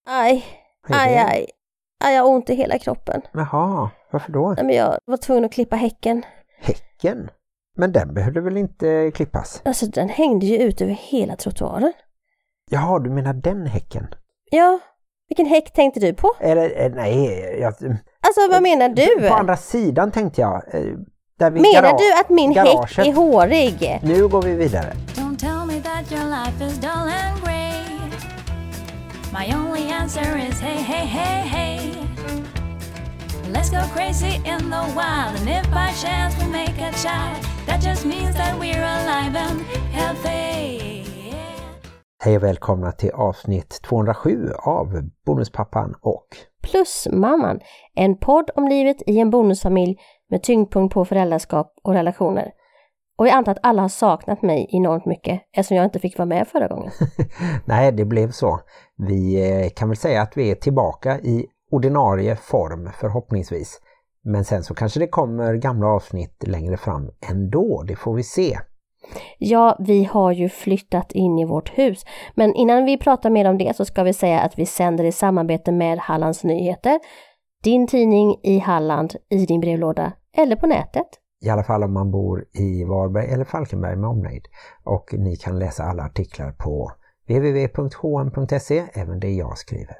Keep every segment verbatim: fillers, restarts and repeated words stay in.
Aj, aj, aj. Aj, jag har ont i hela kroppen. Jaha, varför då? Nej, men jag var tvungen att klippa häcken. Häcken? Men den behövde väl inte klippas? Alltså, den hängde ju ut över hela trottoaren. Jaha, du menar den häcken? Ja, vilken häck tänkte du på? Eller, nej, jag... Alltså, vad menar du? På andra sidan tänkte jag. Där vi menar gara- du att min garaget. häck är hårig? Nu går vi vidare. Don't tell me that your life is dull and grey. My only answer is hey, hey, hey, hey. Let's go crazy in the wild. And if by chance we make a child, that just means that we're alive and healthy. Hej och välkomna till avsnitt tvåhundrasju av Bonuspappan och Plusmamman, en podd om livet i en bonusfamilj med tyngdpunkt på föräldraskap och relationer. Och jag antar att alla har saknat mig enormt mycket eftersom jag inte fick vara med förra gången. Nej, det blev så. Vi kan väl säga att vi är tillbaka i ordinarie form förhoppningsvis. Men sen så kanske det kommer gamla avsnitt längre fram ändå, det får vi se. Ja, vi har ju flyttat in i vårt hus. Men innan vi pratar mer om det så ska vi säga att vi sänder i samarbete med Hallands Nyheter. Din tidning i Halland, i din brevlåda eller på nätet. I alla fall om man bor i Varberg eller Falkenberg med omnejd. Och ni kan läsa alla artiklar på w w w punkt h m punkt s e, även det jag skriver.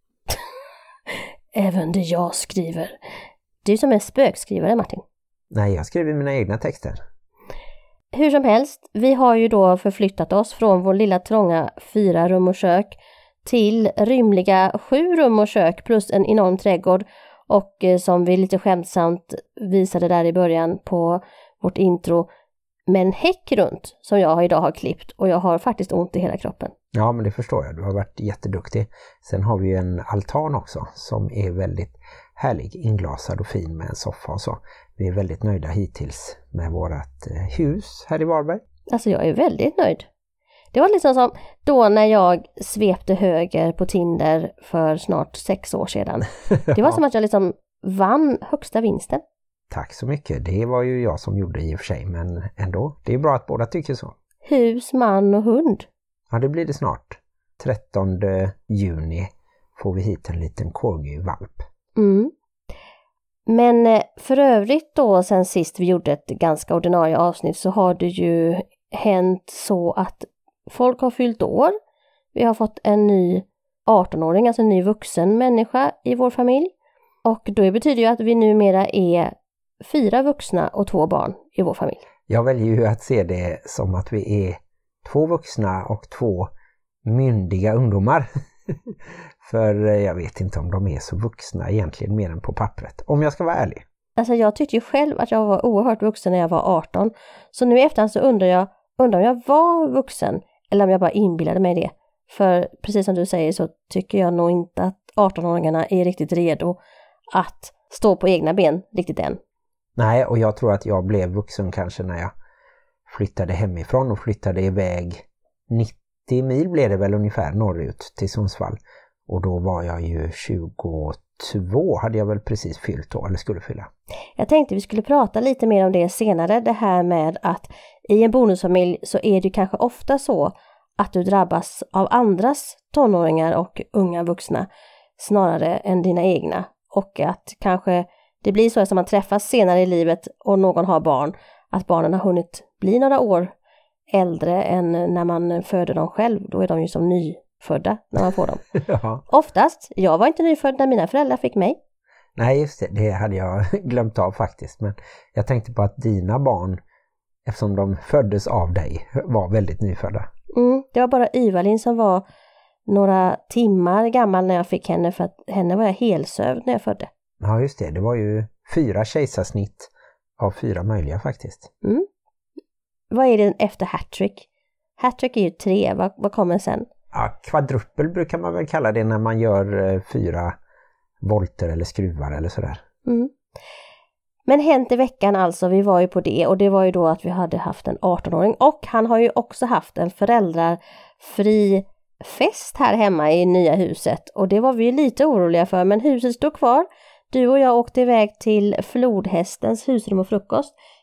Även det jag skriver. Du som är spökskrivare, Martin. Nej, jag skriver mina egna texter. Hur som helst, vi har ju då förflyttat oss från vår lilla trånga fyra rum och kök till rymliga sju rum och kök plus en enorm trädgård. Och eh, som vi lite skämtsamt visade där i början på vårt intro, med en häck runt som jag idag har klippt, och jag har faktiskt ont i hela kroppen. Ja, men det förstår jag. Du har varit jätteduktig. Sen har vi ju en altan också som är väldigt härlig, inglasad och fin med en soffa och så. Vi är väldigt nöjda hittills med vårt hus här i Varberg. Alltså jag är väldigt nöjd. Det var liksom som då när jag svepte höger på Tinder för snart sex år sedan. Det var som att jag liksom vann högsta vinsten. Tack så mycket. Det var ju jag som gjorde i och för sig, men ändå. Det är bra att båda tycker så. Hus, man och hund. Ja, det blir det snart. trettonde juni får vi hit en liten corgi-valp. Mm. Men för övrigt då, sen sist vi gjorde ett ganska ordinarie avsnitt, så har det ju hänt så att folk har fyllt år. Vi har fått en ny arton-åring, alltså en ny vuxen människa i vår familj. Och då betyder ju att vi numera är fyra vuxna och två barn i vår familj. Jag väljer ju att se det som att vi är två vuxna och två myndiga ungdomar. För jag vet inte om de är så vuxna egentligen mer än på pappret, om jag ska vara ärlig. Alltså jag tyckte ju själv att jag var oerhört vuxen när jag var arton. Så nu i efterhand så undrar jag, undrar om jag var vuxen eller om jag bara inbillade mig det. För precis som du säger så tycker jag nog inte att arton-åringarna är riktigt redo att stå på egna ben riktigt än. Nej, och jag tror att jag blev vuxen kanske när jag flyttade hemifrån och flyttade iväg nittio mil blev det väl ungefär norrut till Sundsvall. Och då var jag ju tjugotvå, hade jag väl precis fyllt då, eller skulle fylla. Jag tänkte vi skulle prata lite mer om det senare, det här med att i en bonusfamilj så är det kanske ofta så att du drabbas av andras tonåringar och unga vuxna snarare än dina egna. Och att kanske det blir så att man träffas senare i livet och någon har barn, att barnen har hunnit bli några år äldre än när man föder dem själv. Då är de ju som nyfödda när man får dem. Ja. Oftast, jag var inte nyfödd när mina föräldrar fick mig. Nej, just det, det hade jag glömt av faktiskt. Men jag tänkte på att dina barn, eftersom de föddes av dig, var väldigt nyfödda. Mm, det var bara Yvalin som var några timmar gammal när jag fick henne, för att henne var jag helsövd när jag födde. Ja, just det. Det var ju fyra kejsarsnitt av fyra möjliga faktiskt. Mm. Vad är det efter hattrick? Hattrick är ju tre. Vad, vad kommer sen? Ja, kvadruppel brukar man väl kalla det när man gör eh, fyra volter eller skruvar eller sådär. Mm. Men hänt i veckan alltså, vi var ju på det, och det var ju då att vi hade haft en arton-åring, och han har ju också haft en föräldrafri fest här hemma i nya huset, och det var vi lite oroliga för, men huset stod kvar. Du och jag åkte iväg till Flodhästens husrum och frukost.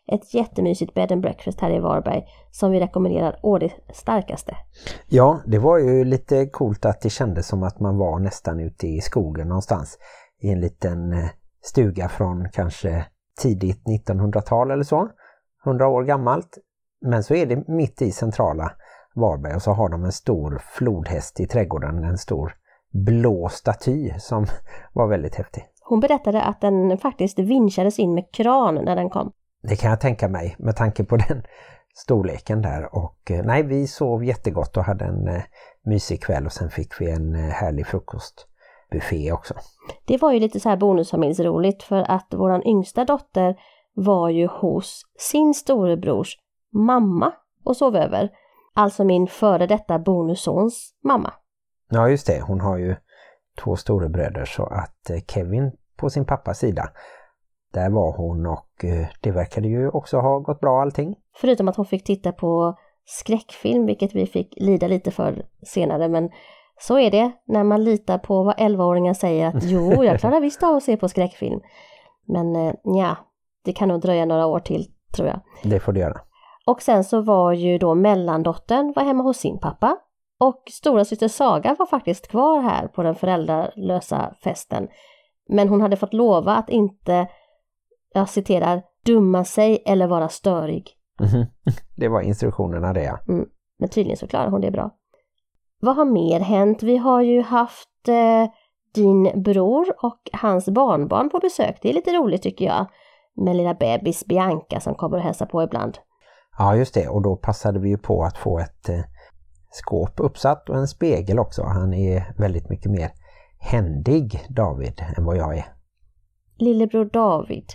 ett jättemysigt bed and breakfast här i Varberg som vi rekommenderar å det starkaste. Ja, det var ju lite coolt att det kändes som att man var nästan ute i skogen någonstans i en liten stuga från kanske tidigt nittonhundratal eller så, hundra år gammalt. Men så är det mitt i centrala Varberg och så har de en stor flodhäst i trädgården, en stor blå staty som var väldigt häftig. Hon berättade att den faktiskt vinschades in med kran när den kom. Det kan jag tänka mig med tanke på den storleken där. Och nej, vi sov jättegott och hade en eh, mysig kväll och sen fick vi en eh, härlig frukostbuffé också. Det var ju lite så här bonusfamiljsroligt för att våran yngsta dotter var ju hos sin storebrors mamma och sov över. Alltså min före detta bonussons mamma. Ja just det, hon har ju två storebröder så att eh, Kevin på sin pappas sida, där var hon och eh, det verkade ju också ha gått bra allting. Förutom att hon fick titta på skräckfilm, vilket vi fick lida lite för senare. Men så är det när man litar på vad elvaåringar säger att jo, jag klarar visst av att se på skräckfilm. Men eh, ja, det kan nog dröja några år till tror jag. Det får det göra. Och sen så var ju då mellandottern var hemma hos sin pappa. Och stora syster Saga var faktiskt kvar här på den föräldralösa festen. Men hon hade fått lova att inte, jag citerar, dumma sig eller vara störig. Mm-hmm. Det var instruktionerna det, ja. Mm, men tydligen så klarar hon det bra. Vad har mer hänt? Vi har ju haft eh, din bror och hans barnbarn på besök. Det är lite roligt tycker jag. Med lilla bebis Bianca som kommer och hälsa på ibland. Ja just det, och då passade vi ju på att få ett eh, skåp uppsatt och en spegel också. Han är väldigt mycket mer händig, David, än vad jag är. Lillebror David.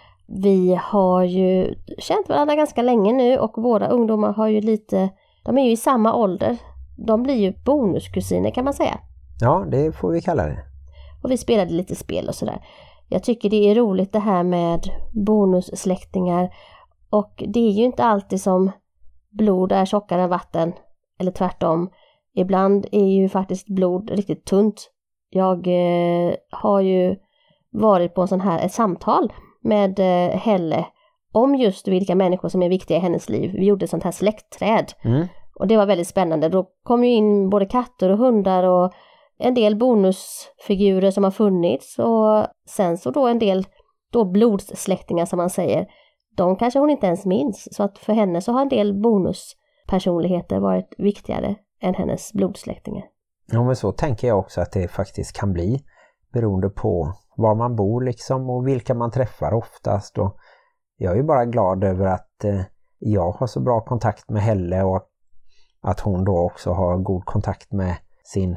Vi har ju känt varandra ganska länge nu och våra ungdomar har ju lite, de är ju i samma ålder. De blir ju bonuskusiner kan man säga. Ja, det får vi kalla det. Och vi spelade lite spel och sådär. Jag tycker det är roligt det här med bonussläktingar. Och det är ju inte alltid som blod är tjockare än vatten. Eller tvärtom. Ibland är ju faktiskt blod riktigt tunt. Jag eh, har ju varit på en sån här, ett samtal med eh, Helle om just vilka människor som är viktiga i hennes liv. Vi gjorde ett sånt här släktträd. Mm. Och det var väldigt spännande. Då kom ju in både katter och hundar och en del bonusfigurer som har funnits. Och sen så då en del då blodssläktingar som man säger. De kanske hon inte ens minns. Så att för henne så har en del bonuspersonligheter varit viktigare än hennes blodsläktingar. Ja, men så tänker jag också att det faktiskt kan bli. Beroende på var man bor liksom och vilka man träffar oftast. Och jag är ju bara glad över att eh, jag har så bra kontakt med Helle och att hon då också har god kontakt med sin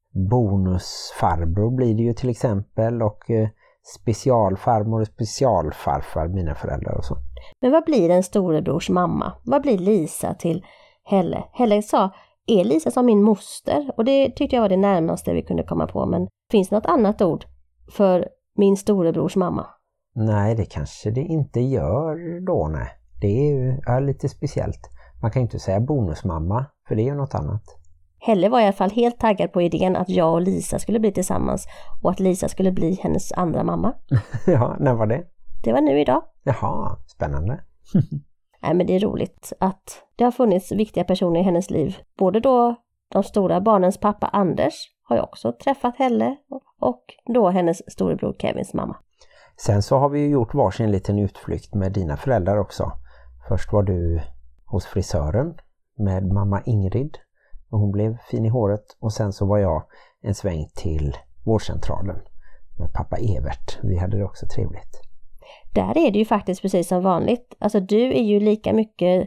bonusfarbror blir det ju till exempel och eh, specialfarmor och specialfarfar, mina föräldrar och så. Men vad blir en storebrors mamma? Vad blir Lisa till Helle? Helle sa, är Lisa som min moster? Och det tyckte jag var det närmaste vi kunde komma på. Men finns det något annat ord för min storebrors mamma? Nej, det kanske det inte gör då, nej. Det är ju är lite speciellt. Man kan ju inte säga bonusmamma, för det är ju något annat. Helle var i alla fall helt taggad på idén att jag och Lisa skulle bli tillsammans och att Lisa skulle bli hennes andra mamma. Ja, när var det? Det var nu idag. Jaha, spännande. Nej, men det är roligt att det har funnits viktiga personer i hennes liv. Både då de stora barnens pappa Anders har jag också träffat Helle och då hennes storebror Kevins mamma. Sen så har vi ju gjort varsin liten utflykt med dina föräldrar också. Först var du hos frisören med mamma Ingrid och hon blev fin i håret. Och sen så var jag en sväng till vårdcentralen med pappa Evert. Vi hade det också trevligt. Där är det ju faktiskt precis som vanligt. Alltså du är ju lika mycket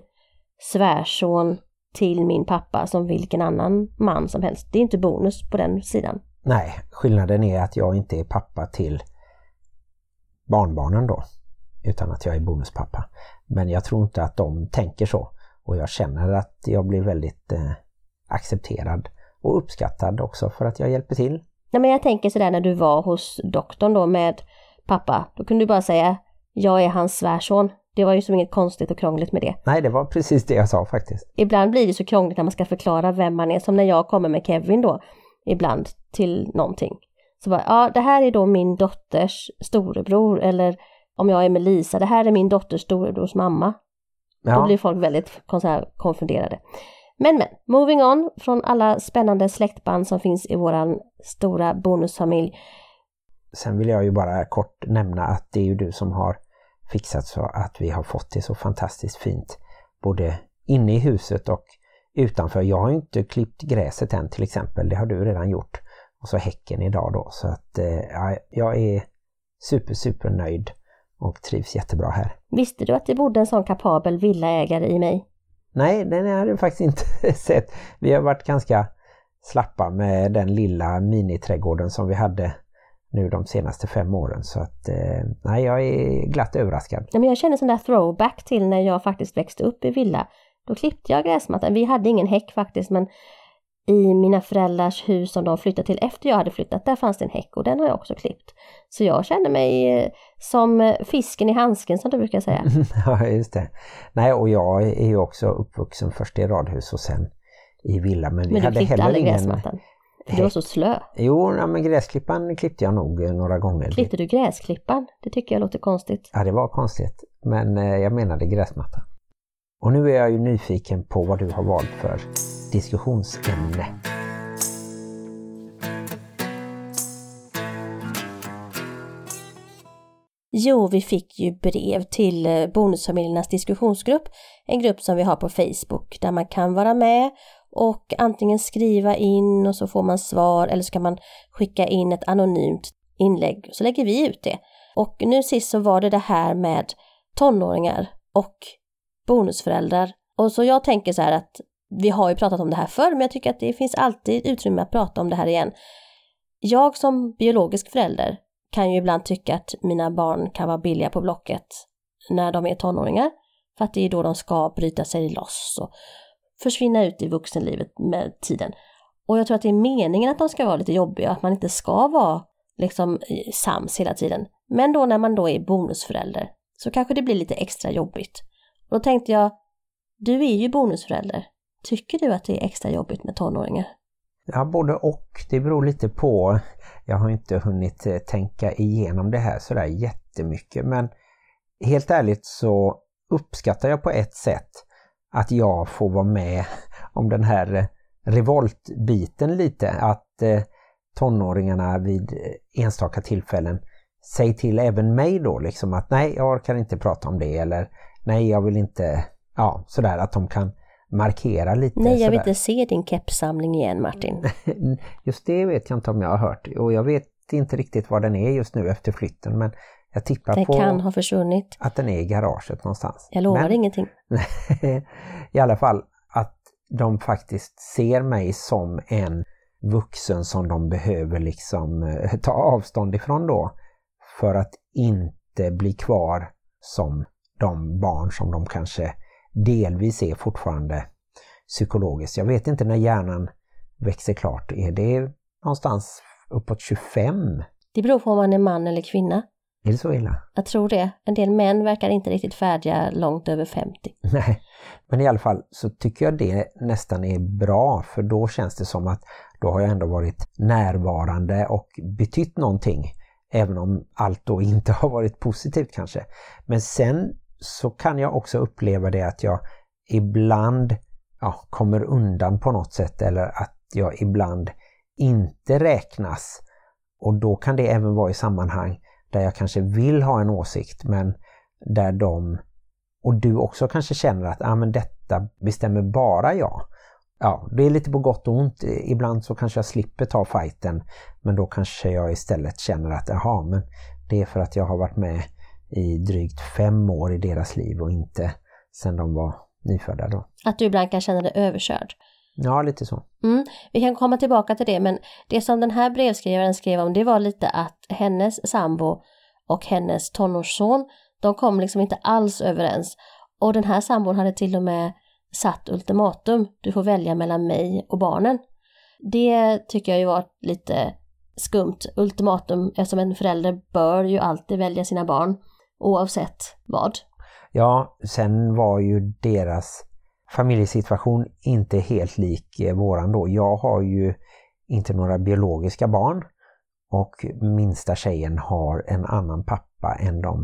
svärson till min pappa som vilken annan man som helst. Det är inte bonus på den sidan. Nej, skillnaden är att jag inte är pappa till barnbarnen då. Utan att jag är bonuspappa. Men jag tror inte att de tänker så. Och jag känner att jag blir väldigt eh, accepterad och uppskattad också för att jag hjälper till. Nej, men jag tänker sådär när du var hos doktorn då med pappa. Då kunde du bara säga, jag är hans svärson. Det var ju så inget konstigt och krångligt med det. Nej, det var precis det jag sa faktiskt. Ibland blir det så krångligt när man ska förklara vem man är. Som när jag kommer med Kevin då. Ibland till någonting. Så bara, ja, det här är då min dotters storebror. Eller om jag är med Lisa, det här är min dotters storebrors mamma. Ja. Då blir folk väldigt konfunderade. Men men, moving on från alla spännande släktband som finns i våran stora bonusfamilj. Sen vill jag ju bara kort nämna att det är ju du som har fixat så att vi har fått det så fantastiskt fint. Både inne i huset och utanför. Jag har inte klippt gräset än till exempel. Det har du redan gjort. Och så häcken idag då. Så att eh, jag är super super nöjd och trivs jättebra här. Visste du att det bodde en sån kapabel villaägare i mig? Nej, den har jag faktiskt inte sett. Vi har varit ganska slappa med den lilla miniträdgården som vi hade nu de senaste fem åren. Så att, eh, nej, jag är glatt överraskad. Ja, men jag känner sån där throwback till när jag faktiskt växte upp i villa. Då klippte jag gräsmattan. Vi hade ingen häck faktiskt, men i mina föräldrars hus som de flyttade till efter jag hade flyttat, där fanns det en häck och den har jag också klippt. Så jag känner mig som fisken i handsken som du brukar säga. Ja, just det. Nej, och jag är ju också uppvuxen först i radhus och sen i villa. Men, vi men du hade klippte heller aldrig ingen gräsmattan? Du var så slö. Jo, ja, men gräsklippan klippte jag nog några gånger. Klippte du gräsklippan? Det tycker jag låter konstigt. Ja, det var konstigt. Men eh, jag menade gräsmattan. Och nu är jag ju nyfiken på vad du har valt för diskussionsämne. Jo, vi fick ju brev till Bonusfamiljernas diskussionsgrupp. En grupp som vi har på Facebook där man kan vara med och antingen skriva in och så får man svar, eller så kan man skicka in ett anonymt inlägg så lägger vi ut det. Och nu sist så var det det här med tonåringar och bonusföräldrar. Och så jag tänker så här att vi har ju pratat om det här förr, men jag tycker att det finns alltid utrymme att prata om det här igen. Jag som biologisk förälder kan ju ibland tycka att mina barn kan vara billiga på Blocket när de är tonåringar. För att det är då de ska bryta sig loss och försvinna ut i vuxenlivet med tiden. Och jag tror att det är meningen att de ska vara lite jobbiga, att man inte ska vara liksom sams hela tiden. Men då när man då är bonusförälder så kanske det blir lite extra jobbigt. Och då tänkte jag, du är ju bonusförälder. Tycker du att det är extra jobbigt med tonåringar? Ja, både och. Det beror lite på. Jag har inte hunnit tänka igenom det här sådär jättemycket. Men helt ärligt så uppskattar jag på ett sätt att jag får vara med om den här revoltbiten lite. Att eh, tonåringarna vid enstaka tillfällen säger till även mig då liksom att nej, jag orkar inte prata om det. Eller nej, jag vill inte, ja sådär att de kan markera lite. Nej, jag vill sådär. inte se din keppsamling igen, Martin. Just det vet jag inte om jag har hört. Och jag vet inte riktigt var den är just nu efter flytten. Men jag tippar den på kan ha försvunnit. Att den är i garaget någonstans. Jag lovar men, ingenting. I alla fall att de faktiskt ser mig som en vuxen som de behöver liksom ta avstånd ifrån då. För att inte bli kvar som de barn som de kanske delvis är fortfarande psykologiskt. Jag vet inte när hjärnan växer klart. Är det någonstans uppåt tjugofem? Det beror på om man är man eller kvinna. Är det så illa? Jag tror det. En del män verkar inte riktigt färdiga långt över femtio. Nej, men i alla fall så tycker jag det nästan är bra. För då känns det som att då har jag ändå varit närvarande och betytt någonting. Även om allt då inte har varit positivt kanske. Men sen så kan jag också uppleva det att jag ibland ja, kommer undan på något sätt. Eller att jag ibland inte räknas. Och då kan det även vara i sammanhang där jag kanske vill ha en åsikt. Men där de och du också kanske känner att ah, men detta bestämmer bara jag. Ja, det är lite på gott och ont. Ibland så kanske jag slipper ta fighten. Men då kanske jag istället känner att aha, men det är för att jag har varit med i drygt fem år i deras liv och inte sedan de var nyfödda då. Att du ibland kan känna dig överkörd. Ja, lite så. Mm, vi kan komma tillbaka till det, men det som den här brevskrivaren skrev om, det var lite att hennes sambo och hennes tonårsson, de kom liksom inte alls överens. Och den här sambon hade till och med satt ultimatum. Du får välja mellan mig och barnen. Det tycker jag ju var lite skumt ultimatum, eftersom en förälder bör ju alltid välja sina barn oavsett vad. Ja, sen var ju deras familjesituation inte helt lik våran då. Jag har ju inte några biologiska barn och minsta tjejen har en annan pappa än de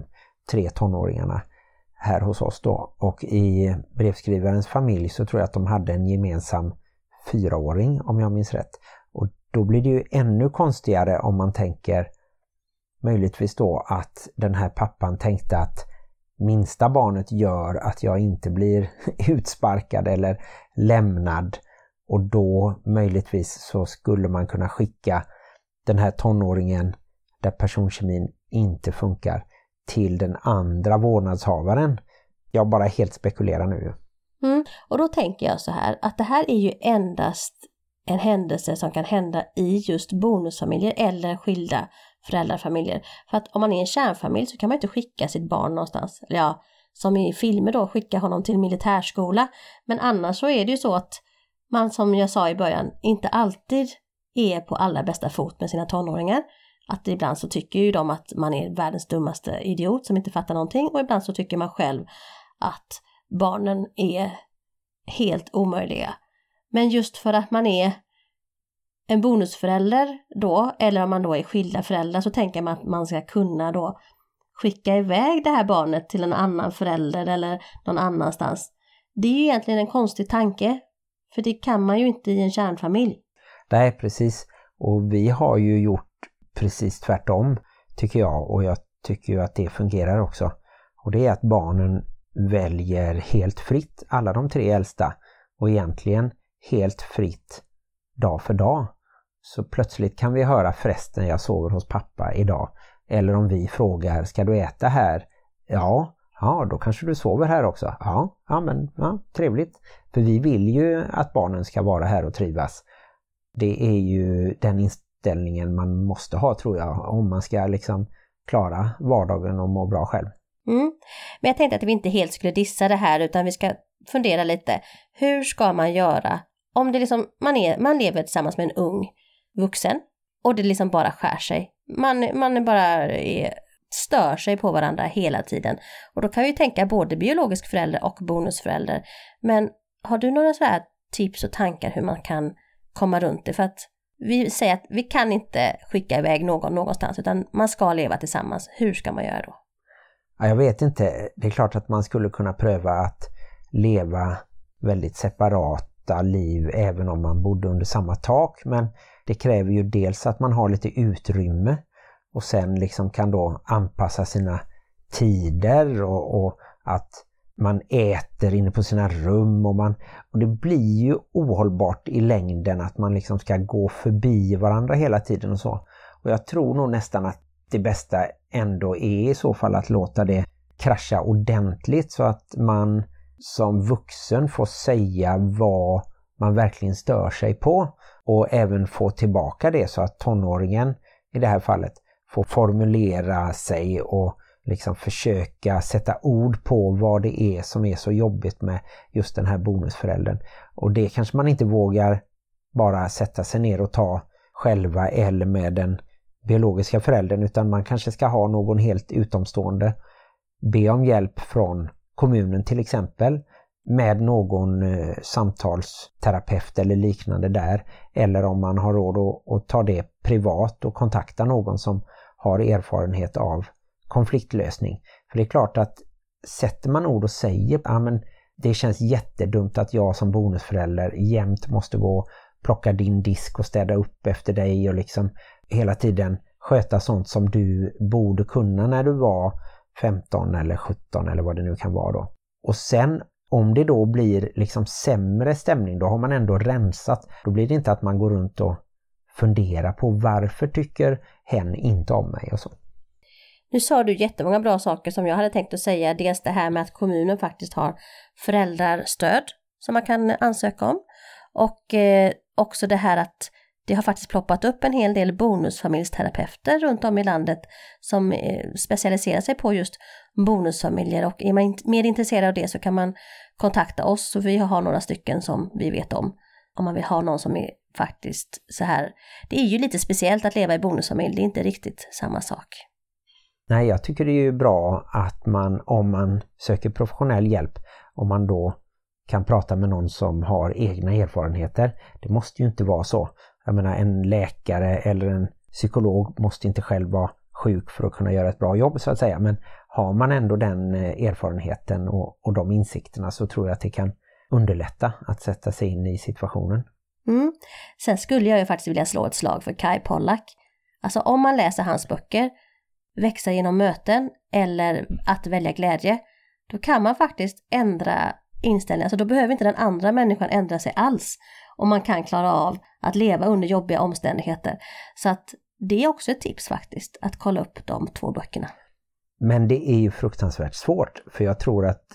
tre tonåringarna här hos oss då. Och i brevskrivarens familj så tror jag att de hade en gemensam fyraåring om jag minns rätt. Och då blir det ju ännu konstigare om man tänker möjligtvis då att den här pappan tänkte att minsta barnet gör att jag inte blir utsparkad eller lämnad, och då möjligtvis så skulle man kunna skicka den här tonåringen där personkemin inte funkar till den andra vårdnadshavaren. Jag bara helt spekulerar nu. Mm. Och då tänker jag så här, att det här är ju endast en händelse som kan hända i just bonusfamiljer eller skilda föräldrafamiljer. För att om man är en kärnfamilj så kan man inte skicka sitt barn någonstans. Eller ja, som i filmer då, skicka honom till militärskola. Men annars så är det ju så att man, som jag sa i början, inte alltid är på allra bästa fot med sina tonåringar. Att ibland så tycker ju de att man är världens dummaste idiot som inte fattar någonting. Och ibland så tycker man själv att barnen är helt omöjliga. Men just för att man är en bonusförälder då, eller om man då är skilda föräldrar, så tänker man att man ska kunna då skicka iväg det här barnet till en annan förälder eller någon annanstans. Det är ju egentligen en konstig tanke, för det kan man ju inte i en kärnfamilj. Nej, precis. Och vi har ju gjort precis tvärtom, tycker jag, och jag tycker ju att det fungerar också. Och det är att barnen väljer helt fritt, alla de tre äldsta, och egentligen helt fritt dag för dag. Så plötsligt kan vi höra förresten jag sover hos pappa idag. Eller om vi frågar, ska du äta här? Ja, ja då kanske du sover här också. Ja, ja men ja, trevligt. För vi vill ju att barnen ska vara här och trivas. Det är ju den inställningen man måste ha, tror jag, om man ska liksom klara vardagen och må bra själv. Mm. Men jag tänkte att vi inte helt skulle dissa det här, utan vi ska fundera lite. Hur ska man göra om det liksom, man, är, man lever tillsammans med en ung vuxen och det liksom bara skär sig. Man, man bara är, stör sig på varandra hela tiden. Och då kan vi tänka både biologisk förälder och bonusförälder. Men har du några så här tips och tankar hur man kan komma runt det? För att vi säger att vi kan inte skicka iväg någon någonstans, utan man ska leva tillsammans. Hur ska man göra då? Ja, jag vet inte. Det är klart att man skulle kunna pröva att leva väldigt separata liv även om man bodde under samma tak. Men det kräver ju dels att man har lite utrymme och sen liksom kan då anpassa sina tider och, och att man äter inne på sina rum. Och, man, och det blir ju ohållbart i längden att man liksom ska gå förbi varandra hela tiden och så. Och jag tror nog nästan att det bästa ändå är i så fall att låta det krascha ordentligt så att man som vuxen får säga vad man verkligen stör sig på och även få tillbaka det så att tonåringen i det här fallet får formulera sig och liksom försöka sätta ord på vad det är som är så jobbigt med just den här bonusföräldern. Och det kanske man inte vågar bara sätta sig ner och ta själva eller med den biologiska föräldern, utan man kanske ska ha någon helt utomstående, be om hjälp från kommunen till exempel med någon eh, samtalsterapeut eller liknande där, eller om man har råd att, att ta det privat och kontakta någon som har erfarenhet av konfliktlösning. För det är klart att sätter man ord och säger ja, men det känns jättedumt att jag som bonusförälder jämt måste gå och plocka din disk och städa upp efter dig och liksom hela tiden sköta sånt som du borde kunna när du var femton eller sjutton eller vad det nu kan vara då. Och sen om det då blir liksom sämre stämning, då har man ändå rensat. Då blir det inte att man går runt och funderar på varför tycker hen inte om mig och så. Nu sa du jättemånga bra saker som jag hade tänkt att säga. Dels det här med att kommunen faktiskt har föräldrarstöd som man kan ansöka om. Och eh, också det här att det har faktiskt ploppat upp en hel del bonusfamiljsterapeuter runt om i landet som eh, specialiserar sig på just bonusfamiljer. Och är man in- mer intresserad av det så kan man kontakta oss, och vi har några stycken som vi vet om. Om man vill ha någon som är faktiskt så här. Det är ju lite speciellt att leva i bonusfamilj, det är inte riktigt samma sak. Nej, jag tycker det är ju bra att man, om man söker professionell hjälp, om man då kan prata med någon som har egna erfarenheter. Det måste ju inte vara så. Jag menar, en läkare eller en psykolog måste inte själv vara sjuk för att kunna göra ett bra jobb så att säga. Men har man ändå den erfarenheten och, och de insikterna så tror jag att det kan underlätta att sätta sig in i situationen. Mm. Sen skulle jag ju faktiskt vilja slå ett slag för Kai Pollak. Alltså om man läser hans böcker, Växa genom möten eller Att välja glädje, då kan man faktiskt ändra inställningen. Alltså då behöver inte den andra människan ändra sig alls. Och man kan klara av att leva under jobbiga omständigheter. Så att det är också ett tips faktiskt, att kolla upp de två böckerna. Men det är ju fruktansvärt svårt, för jag tror att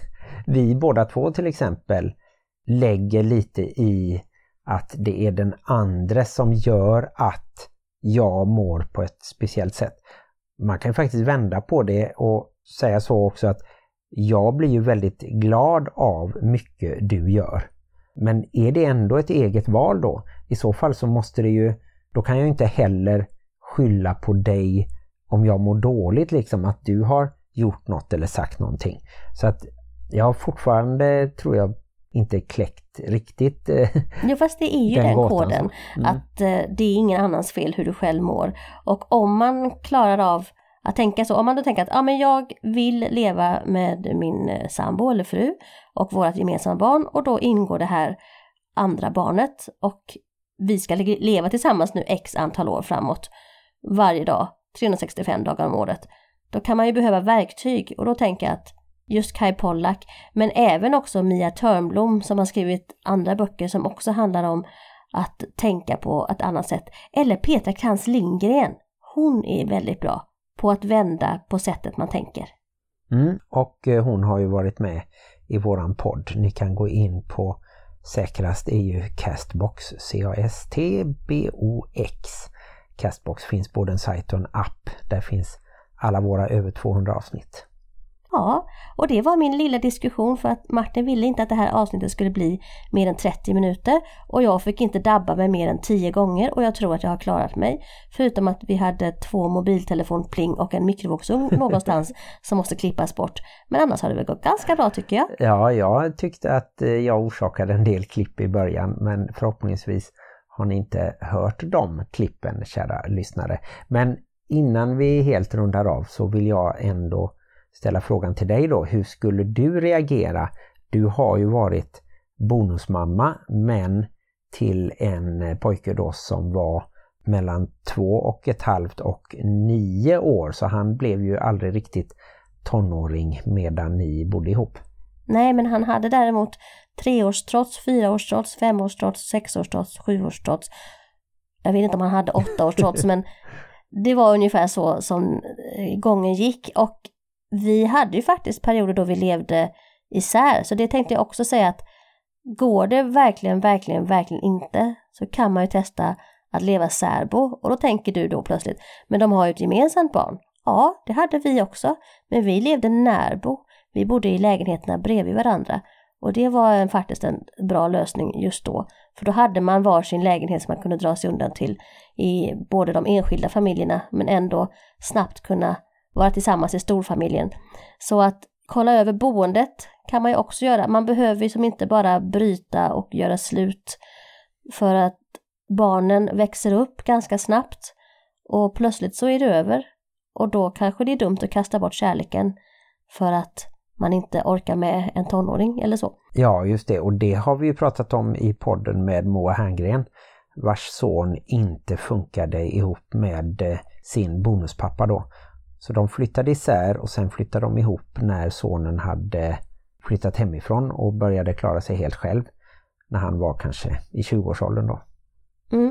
vi båda två till exempel lägger lite i att det är den andra som gör att jag mår på ett speciellt sätt. Man kan faktiskt vända på det och säga så också att jag blir ju väldigt glad av mycket du gör. Men är det ändå ett eget val då? I så fall så måste det ju, då kan jag inte heller skylla på dig om jag mår dåligt, liksom att du har gjort något eller sagt någonting. Så att jag har fortfarande, tror jag, inte kläckt riktigt. Eh, jo, fast det är ju den, den koden. Mm. Att eh, det är ingen annans fel hur du själv mår. Och om man klarar av att tänka så, om man då tänker att ah, men jag vill leva med min sambo eller fru och vårt gemensamma barn, och då ingår det här andra barnet och vi ska leva tillsammans nu x antal år framåt varje dag, trehundrasextiofem dagar om året. Då kan man ju behöva verktyg, och då tänker jag att just Kai Pollak, men även också Mia Törnblom som har skrivit andra böcker som också handlar om att tänka på ett annat sätt. Eller Petra Krantz Lindgren, hon är väldigt bra på att vända på sättet man tänker. Mm, och hon har ju varit med i våran podd. Ni kan gå in på säkrast är ju Castbox, C A S T B O X. Castbox finns både en sajt och en app. Där finns alla våra över tvåhundra avsnitt. Ja, och det var min lilla diskussion, för att Martin ville inte att det här avsnittet skulle bli mer än trettio minuter och jag fick inte dabba mig mer än tio gånger, och jag tror att jag har klarat mig, förutom att vi hade två mobiltelefonpling och en mikrovågsugn någonstans som måste klippas bort. Men annars har det väl gått ganska bra, tycker jag. Ja, jag tyckte att jag orsakade en del klipp i början, men förhoppningsvis har ni inte hört de klippen, kära lyssnare. Men innan vi helt rundar av så vill jag ändå ställa frågan till dig då. Hur skulle du reagera? Du har ju varit bonusmamma, men till en pojke då som var mellan två och ett halvt och nio år. Så han blev ju aldrig riktigt tonåring medan ni bodde ihop. Nej, men han hade däremot treårstrots, fyraårstrots, femårstrots, sexårstrots, sjuårstrots. Jag vet inte om han hade åttaårstrots, men det var ungefär så som gången gick. Och vi hade ju faktiskt perioder då vi levde isär. Så det tänkte jag också säga, att går det verkligen, verkligen, verkligen inte, så kan man ju testa att leva särbo. Och då tänker du då plötsligt, men de har ju ett gemensamt barn. Ja, det hade vi också. Men vi levde närbo. Vi bodde i lägenheterna bredvid varandra. Och det var en, faktiskt en bra lösning just då. För då hade man varsin lägenhet som man kunde dra sig undan till i både de enskilda familjerna, men ändå snabbt kunna vara tillsammans i storfamiljen. Så att kolla över boendet kan man ju också göra. Man behöver ju som inte bara bryta och göra slut, för att barnen växer upp ganska snabbt och plötsligt så är det över. Och då kanske det är dumt att kasta bort kärleken för att man inte orkar med en tonåring eller så. Ja, just det. Och det har vi ju pratat om i podden med Moa Herngren, vars son inte funkade ihop med sin bonuspappa då. Så de flyttade isär och sen flyttade de ihop när sonen hade flyttat hemifrån och började klara sig helt själv när han var kanske i tjugoårsåldern då. Mm.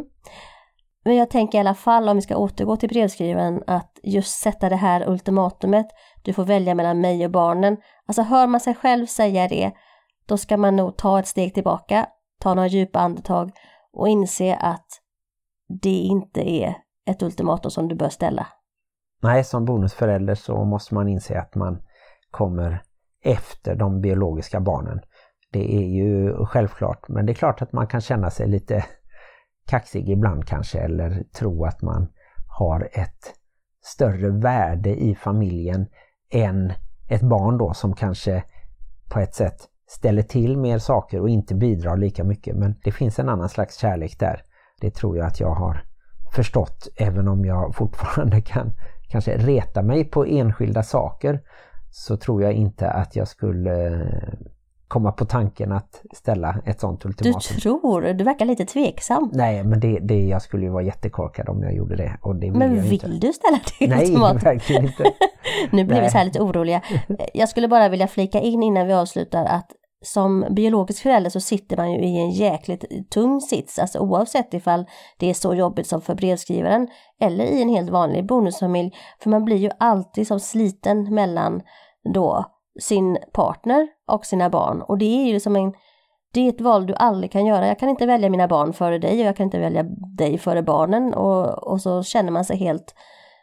Men jag tänker i alla fall, om vi ska återgå till brevskrivaren, att just sätta det här ultimatumet, du får välja mellan mig och barnen. Alltså hör man sig själv säga det, då ska man nog ta ett steg tillbaka, ta några djupa andetag och inse att det inte är ett ultimatum som du bör ställa. Nej, som bonusförälder så måste man inse att man kommer efter de biologiska barnen. Det är ju självklart, men det är klart att man kan känna sig lite kaxig ibland kanske, eller tro att man har ett större värde i familjen än ett barn då som kanske på ett sätt ställer till mer saker och inte bidrar lika mycket. Men det finns en annan slags kärlek där. Det tror jag att jag har förstått, även om jag fortfarande kan kanske reta mig på enskilda saker, så tror jag inte att jag skulle komma på tanken att ställa ett sånt ultimatum. Du tror? Du verkar lite tveksam. Nej, men det, det, jag skulle ju vara jättekorkad om jag gjorde det. Och det vill men jag vill inte. Du ställa det Nej, ultimatum? verkligen inte. Nu blir vi Nej. så här lite oroliga. Jag skulle bara vilja flika in innan vi avslutar att som biologisk förälder så sitter man ju i en jäkligt tung sits. Alltså oavsett ifall det är så jobbigt som för brevskrivaren eller i en helt vanlig bonusfamilj. För man blir ju alltid som sliten mellan då sin partner och sina barn. Och det är ju som en, det är ett val du aldrig kan göra. Jag kan inte välja mina barn före dig och jag kan inte välja dig före barnen. Och, och så känner man sig helt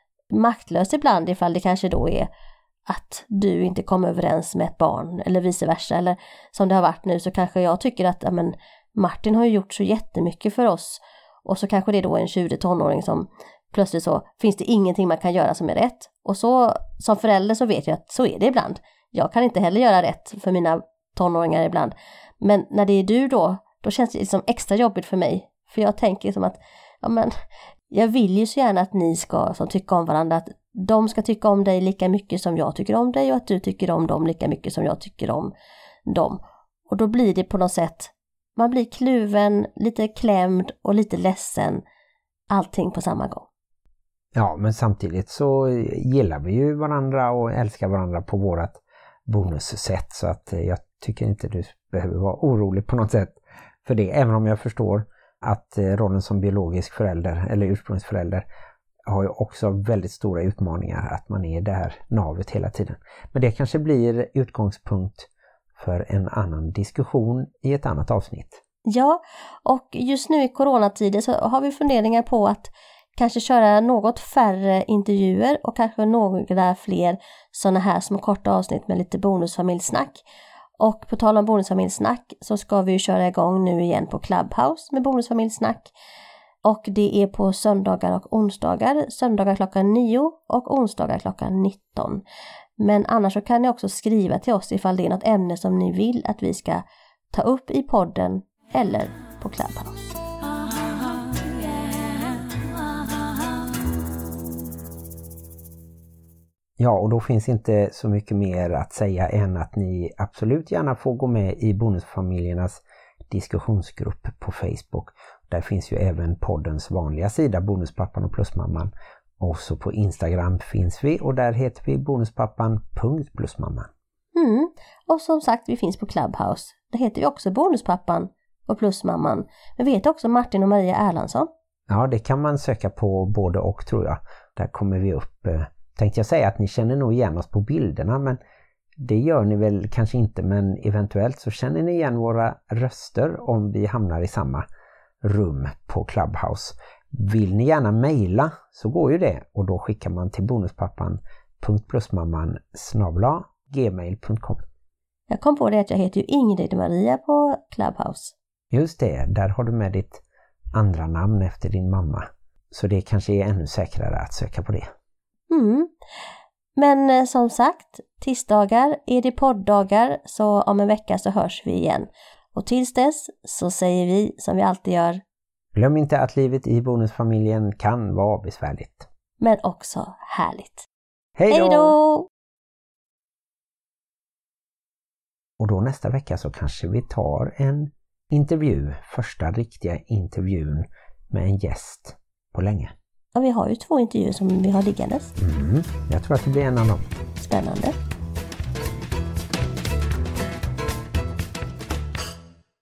maktlös ibland ifall det kanske då är att du inte kommer överens med ett barn eller vice versa. Eller som det har varit nu så kanske jag tycker att ja, men Martin har ju gjort så jättemycket för oss. Och så kanske det är då en tjugo tonåring som plötsligt så finns det ingenting man kan göra som är rätt. Och så som förälder så vet jag att så är det ibland. Jag kan inte heller göra rätt för mina tonåringar ibland. Men när det är du då, då känns det liksom extra jobbigt för mig. För jag tänker liksom att ja, men, jag vill ju så gärna att ni ska som tycka om varandra. Att de ska tycka om dig lika mycket som jag tycker om dig. Och att du tycker om dem lika mycket som jag tycker om dem. Och då blir det på något sätt, man blir kluven, lite klämd och lite ledsen. Allting på samma gång. Ja, men samtidigt så gillar vi ju varandra och älskar varandra på vårat bonussätt. Så att jag tycker inte du behöver vara orolig på något sätt för det. Även om jag förstår att rollen som biologisk förälder eller ursprungsförälder har ju också väldigt stora utmaningar. Att man är det här navet hela tiden. Men det kanske blir utgångspunkt för en annan diskussion i ett annat avsnitt. Ja, och just nu i coronatider så har vi funderingar på att kanske köra något färre intervjuer och kanske några fler sådana här små korta avsnitt med lite bonusfamiljsnack. Och på tal om bonusfamiljsnack så ska vi ju köra igång nu igen på Clubhouse med bonusfamiljsnack. Och det är på söndagar och onsdagar, söndagar klockan nio och onsdagar klockan nitton. Men annars så kan ni också skriva till oss ifall det är något ämne som ni vill att vi ska ta upp i podden eller på Clubhouse. Ja, och då finns inte så mycket mer att säga än att ni absolut gärna får gå med i bonusfamiljernas diskussionsgrupp på Facebook. Där finns ju även poddens vanliga sida Bonuspappan och Plusmamman. Och så på Instagram finns vi och där heter vi bonuspappan punkt plusmamman. Mm. Och som sagt, vi finns på Clubhouse. Det heter vi också Bonuspappan och Plusmamman. Men vi heter också Martin och Maria Erlandsson. Ja, det kan man söka på både och tror jag. Där kommer vi upp. Eh, tänkte jag säga att ni känner nog igen oss på bilderna, men det gör ni väl kanske inte, men eventuellt så känner ni igen våra röster om vi hamnar i samma rum på Clubhouse. Vill ni gärna mejla så går ju det och då skickar man till bonuspappan punkt plusmamman snabel-a gmail punkt com. Jag kom på det att jag heter ju Ingrid Maria på Clubhouse. Just det, där har du med ditt andra namn efter din mamma. Så det kanske är ännu säkrare att söka på det. Mm. Men eh, som sagt, tisdagar är det podddagar, så om en vecka så hörs vi igen. Och tills dess så säger vi som vi alltid gör. Glöm inte att livet i bonusfamiljen kan vara besvärligt. Men också härligt. Hej då! Hej då! Och då nästa vecka så kanske vi tar en intervju, första riktiga intervjun med en gäst på länge. Ja, vi har ju två intervjuer som vi har liggandes. Mm, jag tror att det blir en av dem. Spännande.